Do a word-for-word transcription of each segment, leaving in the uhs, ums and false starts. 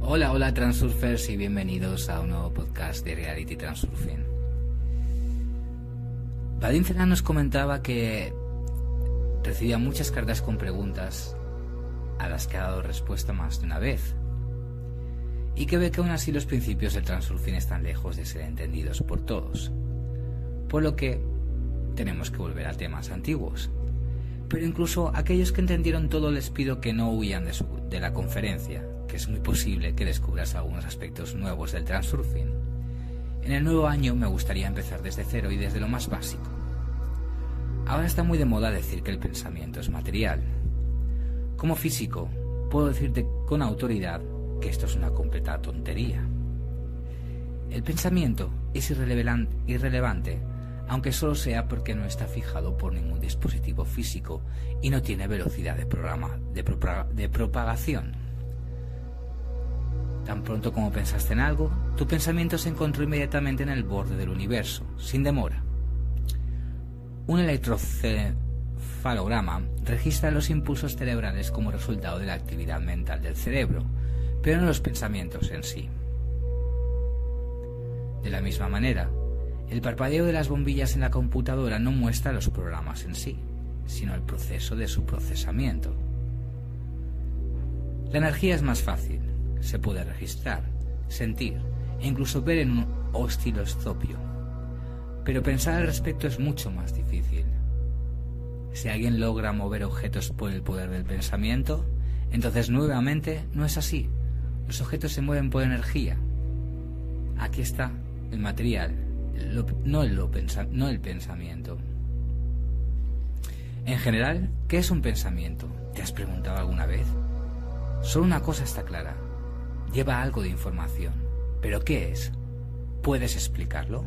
Hola, hola Transurfers y bienvenidos a un nuevo podcast de Reality Transurfing. Vadim Fernández nos comentaba que recibía muchas cartas con preguntas a las que ha dado respuesta más de una vez y que ve que aún así los principios del Transurfing están lejos de ser entendidos por todos, por lo que tenemos que volver a temas antiguos. Pero incluso aquellos que entendieron todo les pido que no huyan de, su, de la conferencia, que es muy posible que descubras algunos aspectos nuevos del Transurfing. En el nuevo año me gustaría empezar desde cero y desde lo más básico. Ahora está muy de moda decir que el pensamiento es material. Como físico, puedo decirte con autoridad que esto es una completa tontería. El pensamiento es irrelevante, aunque solo sea porque no está fijado por ningún dispositivo físico y no tiene velocidad de, programa, de, propaga, de propagación. Tan pronto como pensaste en algo, tu pensamiento se encontró inmediatamente en el borde del universo, sin demora. Un electrocefalograma registra los impulsos cerebrales como resultado de la actividad mental del cerebro, pero no los pensamientos en sí. De la misma manera, el parpadeo de las bombillas en la computadora no muestra los programas en sí, sino el proceso de su procesamiento. La energía es más fácil, se puede registrar, sentir e incluso ver en un osciloscopio, pero pensar al respecto es mucho más difícil. Si alguien logra mover objetos por el poder del pensamiento, entonces nuevamente no es así. Los objetos se mueven por energía. Aquí está el material, lo, no, el, lo pensa, no el pensamiento. En general, ¿qué es un pensamiento? ¿Te has preguntado alguna vez? Solo una cosa está clara. Lleva algo de información. ¿Pero qué es? ¿Puedes explicarlo?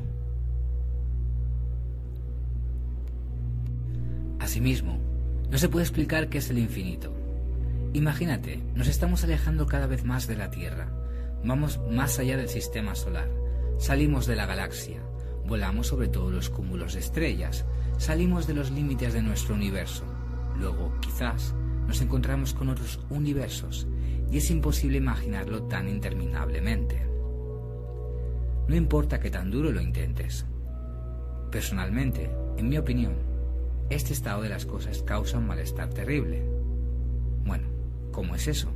Asimismo, no se puede explicar qué es el infinito. Imagínate, nos estamos alejando cada vez más de la Tierra. Vamos más allá del sistema solar. Salimos de la galaxia. Volamos sobre todos los cúmulos de estrellas. Salimos de los límites de nuestro universo. Luego, quizás, nos encontramos con otros universos y es imposible imaginarlo tan interminablemente. No importa qué tan duro lo intentes. Personalmente, en mi opinión, este estado de las cosas causa un malestar terrible. Bueno, ¿cómo es eso?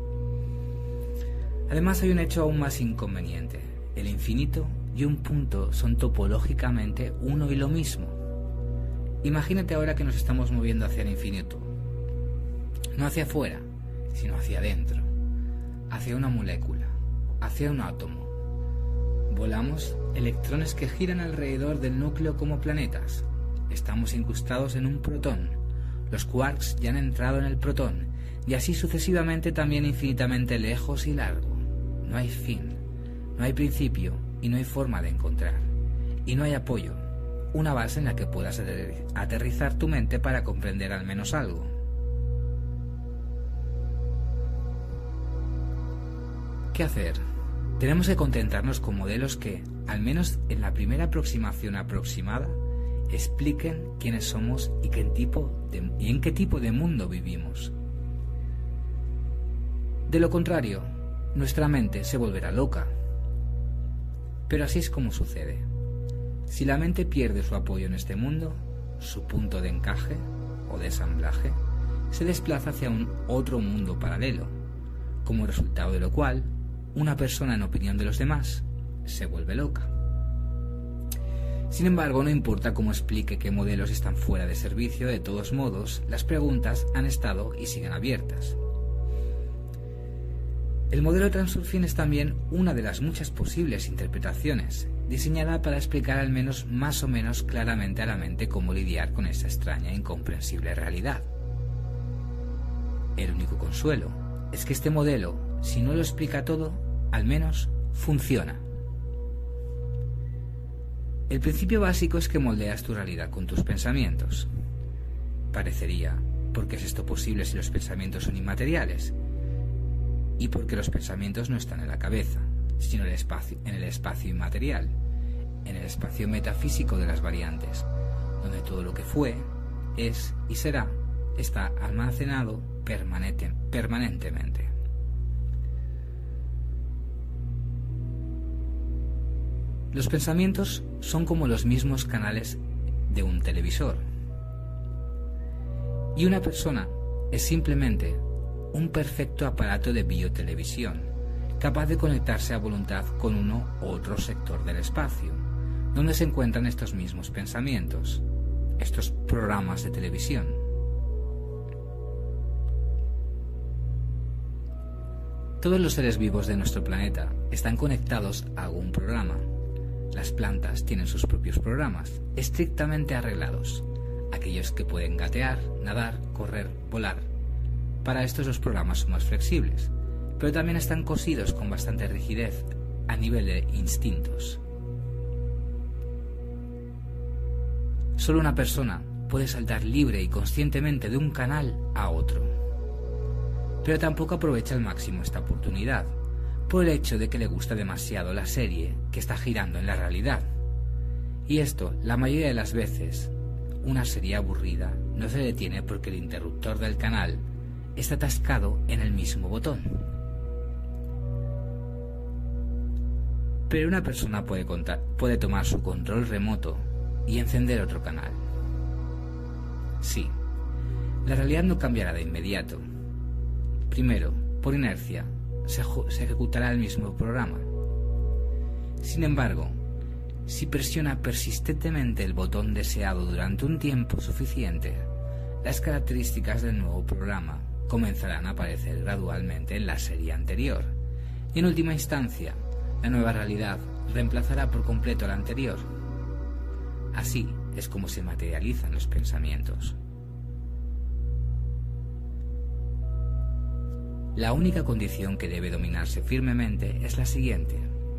Además hay un hecho aún más inconveniente. El infinito y un punto son topológicamente uno y lo mismo. Imagínate ahora que nos estamos moviendo hacia el infinito. No hacia afuera, sino hacia adentro, hacia una molécula, hacia un átomo. Volamos electrones que giran alrededor del núcleo como planetas. Estamos incrustados en un protón. Los quarks ya han entrado en el protón, y así sucesivamente también infinitamente lejos y largo. No hay fin, no hay principio y no hay forma de encontrar. Y no hay apoyo, una base en la que puedas aterrizar tu mente para comprender al menos algo. ¿Qué hacer? Tenemos que contentarnos con modelos que, al menos en la primera aproximación aproximada, expliquen quiénes somos y, qué tipo de, y en qué tipo de mundo vivimos. De lo contrario, nuestra mente se volverá loca. Pero así es como sucede. Si la mente pierde su apoyo en este mundo, su punto de encaje o de ensamblaje se desplaza hacia un otro mundo paralelo, como resultado de lo cual, una persona en opinión de los demás se vuelve loca. Sin embargo, no importa cómo explique qué modelos están fuera de servicio, de todos modos, las preguntas han estado y siguen abiertas. El modelo Transurfing es también una de las muchas posibles interpretaciones, diseñada para explicar al menos más o menos claramente a la mente cómo lidiar con esta extraña e incomprensible realidad. El único consuelo es que este modelo, si no lo explica todo, al menos funciona. El principio básico es que moldeas tu realidad con tus pensamientos. Parecería, ¿por qué es esto posible si los pensamientos son inmateriales? Y porque los pensamientos no están en la cabeza, sino en el espacio, en el espacio inmaterial, en el espacio metafísico de las variantes, donde todo lo que fue, es y será, está almacenado permanente, permanentemente. Los pensamientos son como los mismos canales de un televisor. Y una persona es simplemente un perfecto aparato de biotelevisión, capaz de conectarse a voluntad con uno u otro sector del espacio, donde se encuentran estos mismos pensamientos, estos programas de televisión. Todos los seres vivos de nuestro planeta están conectados a algún programa. Las plantas tienen sus propios programas, estrictamente arreglados, aquellos que pueden gatear, nadar, correr, volar. Para estos los programas son más flexibles, pero también están cosidos con bastante rigidez a nivel de instintos. Solo una persona puede saltar libre y conscientemente de un canal a otro, pero tampoco aprovecha al máximo esta oportunidad, por el hecho de que le gusta demasiado la serie que está girando en la realidad. Y esto, la mayoría de las veces, una serie aburrida no se detiene porque el interruptor del canal está atascado en el mismo botón. Pero una persona puede, contar, puede tomar su control remoto y encender otro canal. Sí, la realidad no cambiará de inmediato. Primero, por inercia, se, se ejecutará el mismo programa. Sin embargo, si presiona persistentemente el botón deseado durante un tiempo suficiente, las características del nuevo programa comenzarán a aparecer gradualmente en la serie anterior, y en última instancia, la nueva realidad reemplazará por completo a la anterior. Así es como se materializan los pensamientos. La única condición que debe dominarse firmemente es la siguiente.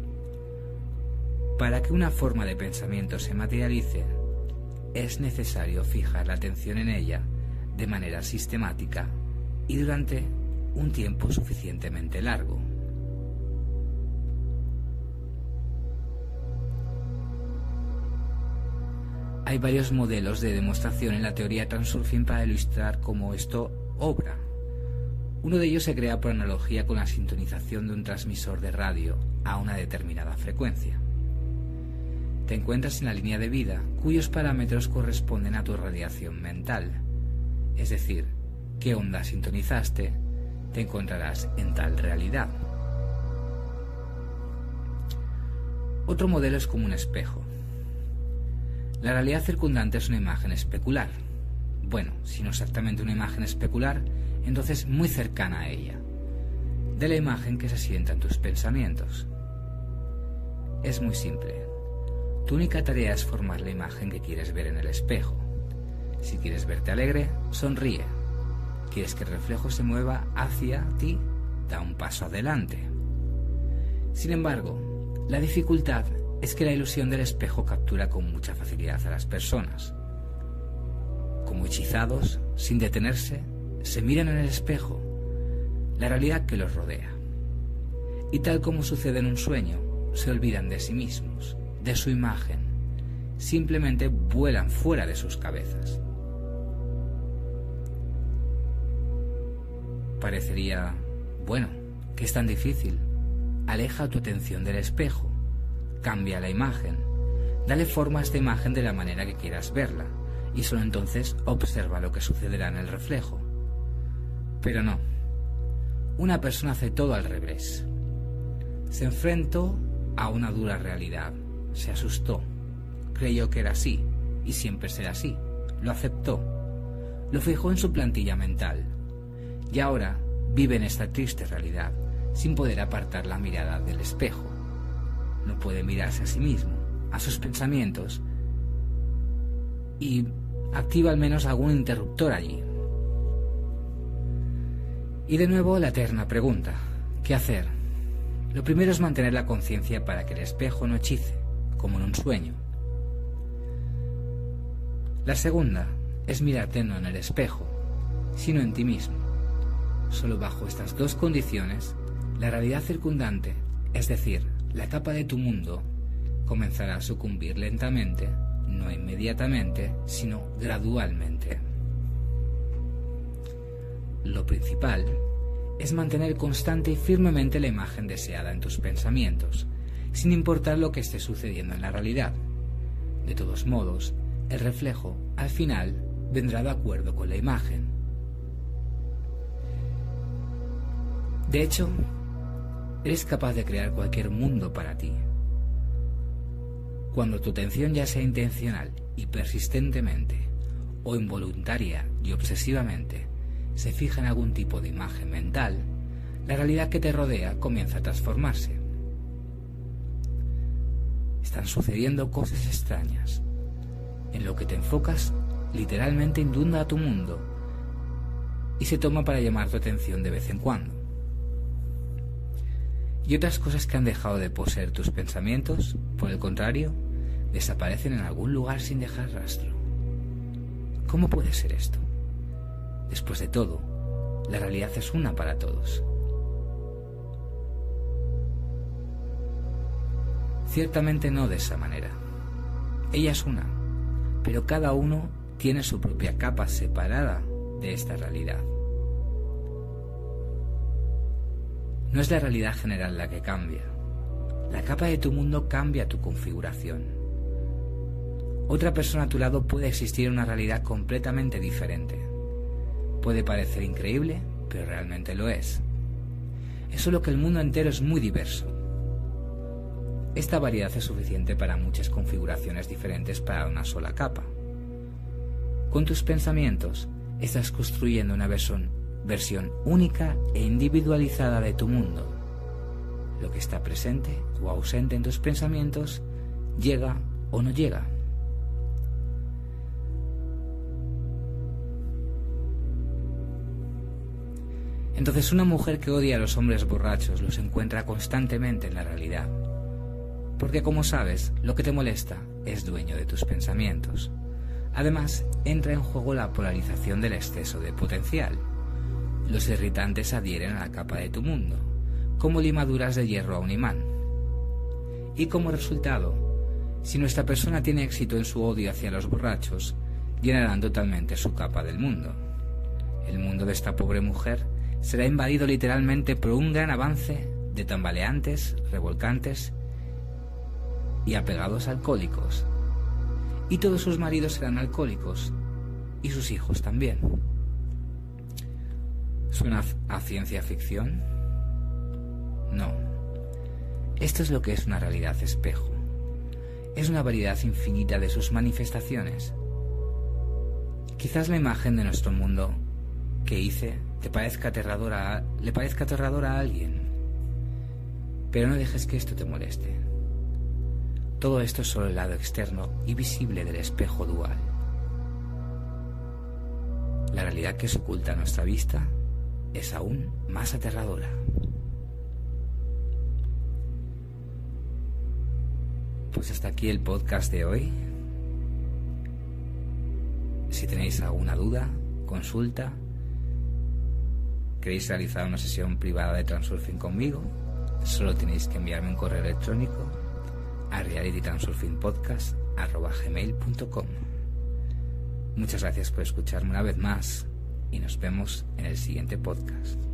Para que una forma de pensamiento se materialice, es necesario fijar la atención en ella de manera sistemática y durante un tiempo suficientemente largo. Hay varios modelos de demostración en la teoría Transurfing para ilustrar cómo esto obra. Uno de ellos se crea por analogía con la sintonización de un transmisor de radio a una determinada frecuencia. Te encuentras en la línea de vida cuyos parámetros corresponden a tu radiación mental, es decir, qué onda sintonizaste, te encontrarás en tal realidad. Otro modelo es como un espejo. La realidad circundante es una imagen especular. Bueno, si no exactamente una imagen especular, entonces muy cercana a ella, de la imagen que se sienta en tus pensamientos. Es muy simple. Tu única tarea es formar la imagen que quieres ver en el espejo. Si quieres verte alegre, sonríe. ¿Quieres que el reflejo se mueva hacia ti? Da un paso adelante. Sin embargo, la dificultad es que la ilusión del espejo captura con mucha facilidad a las personas. Como hechizados, sin detenerse, se miran en el espejo, la realidad que los rodea. Y tal como sucede en un sueño, se olvidan de sí mismos, de su imagen, simplemente vuelan fuera de sus cabezas. Parecería, bueno, ¿qué es tan difícil? Aleja tu atención del espejo, cambia la imagen, dale forma a esta imagen de la manera que quieras verla, y solo entonces observa lo que sucederá en el reflejo. Pero no, una persona hace todo al revés. Se enfrentó a una dura realidad, se asustó, creyó que era así, y siempre será así, lo aceptó, lo fijó en su plantilla mental, y ahora vive en esta triste realidad, sin poder apartar la mirada del espejo. No puede mirarse a sí mismo, a sus pensamientos, y activa al menos algún interruptor allí. Y de nuevo la eterna pregunta, ¿qué hacer? Lo primero es mantener la conciencia para que el espejo no hechice, como en un sueño. La segunda es mirarte no en el espejo, sino en ti mismo. Solo bajo estas dos condiciones, la realidad circundante, es decir, la capa de tu mundo, comenzará a sucumbir lentamente, no inmediatamente, sino gradualmente. Lo principal es mantener constante y firmemente la imagen deseada en tus pensamientos, sin importar lo que esté sucediendo en la realidad. De todos modos, el reflejo, al final, vendrá de acuerdo con la imagen. De hecho, eres capaz de crear cualquier mundo para ti. Cuando tu atención ya sea intencional y persistentemente, o involuntaria y obsesivamente, se fija en algún tipo de imagen mental, la realidad que te rodea comienza a transformarse. Están sucediendo cosas extrañas. En lo que te enfocas, literalmente inunda a tu mundo y se toma para llamar tu atención de vez en cuando. Y otras cosas que han dejado de poseer tus pensamientos, por el contrario, desaparecen en algún lugar sin dejar rastro. ¿Cómo puede ser esto? Después de todo, la realidad es una para todos. Ciertamente no de esa manera. Ella es una, pero cada uno tiene su propia capa separada de esta realidad. No es la realidad general la que cambia. La capa de tu mundo cambia tu configuración. Otra persona a tu lado puede existir en una realidad completamente diferente. Puede parecer increíble, pero realmente lo es. Es solo que el mundo entero es muy diverso. Esta variedad es suficiente para muchas configuraciones diferentes para una sola capa. Con tus pensamientos, estás construyendo una versión, versión única e individualizada de tu mundo. Lo que está presente o ausente en tus pensamientos llega o no llega. Entonces, una mujer que odia a los hombres borrachos los encuentra constantemente en la realidad. Porque, como sabes, lo que te molesta es dueño de tus pensamientos. Además, entra en juego la polarización del exceso de potencial. Los irritantes adhieren a la capa de tu mundo, como limaduras de hierro a un imán. Y como resultado, si nuestra persona tiene éxito en su odio hacia los borrachos, llenarán totalmente su capa del mundo. El mundo de esta pobre mujer será invadido literalmente por un gran avance de tambaleantes, revolcantes y apegados alcohólicos. Y todos sus maridos serán alcohólicos, y sus hijos también. ¿Suena a ciencia ficción? No. Esto es lo que es una realidad espejo. Es una variedad infinita de sus manifestaciones. Quizás la imagen de nuestro mundo que hice te parezca aterradora, le parezca aterradora a alguien. Pero no dejes que esto te moleste. Todo esto es solo el lado externo y visible del espejo dual. La realidad que se oculta a nuestra vista es aún más aterradora. Pues hasta aquí el podcast de hoy. Si tenéis alguna duda, consulta, queréis realizar una sesión privada de Transurfing conmigo, solo tenéis que enviarme un correo electrónico a realitytransurfingpodcast arroba gmail punto com. Muchas gracias por escucharme una vez más y nos vemos en el siguiente podcast.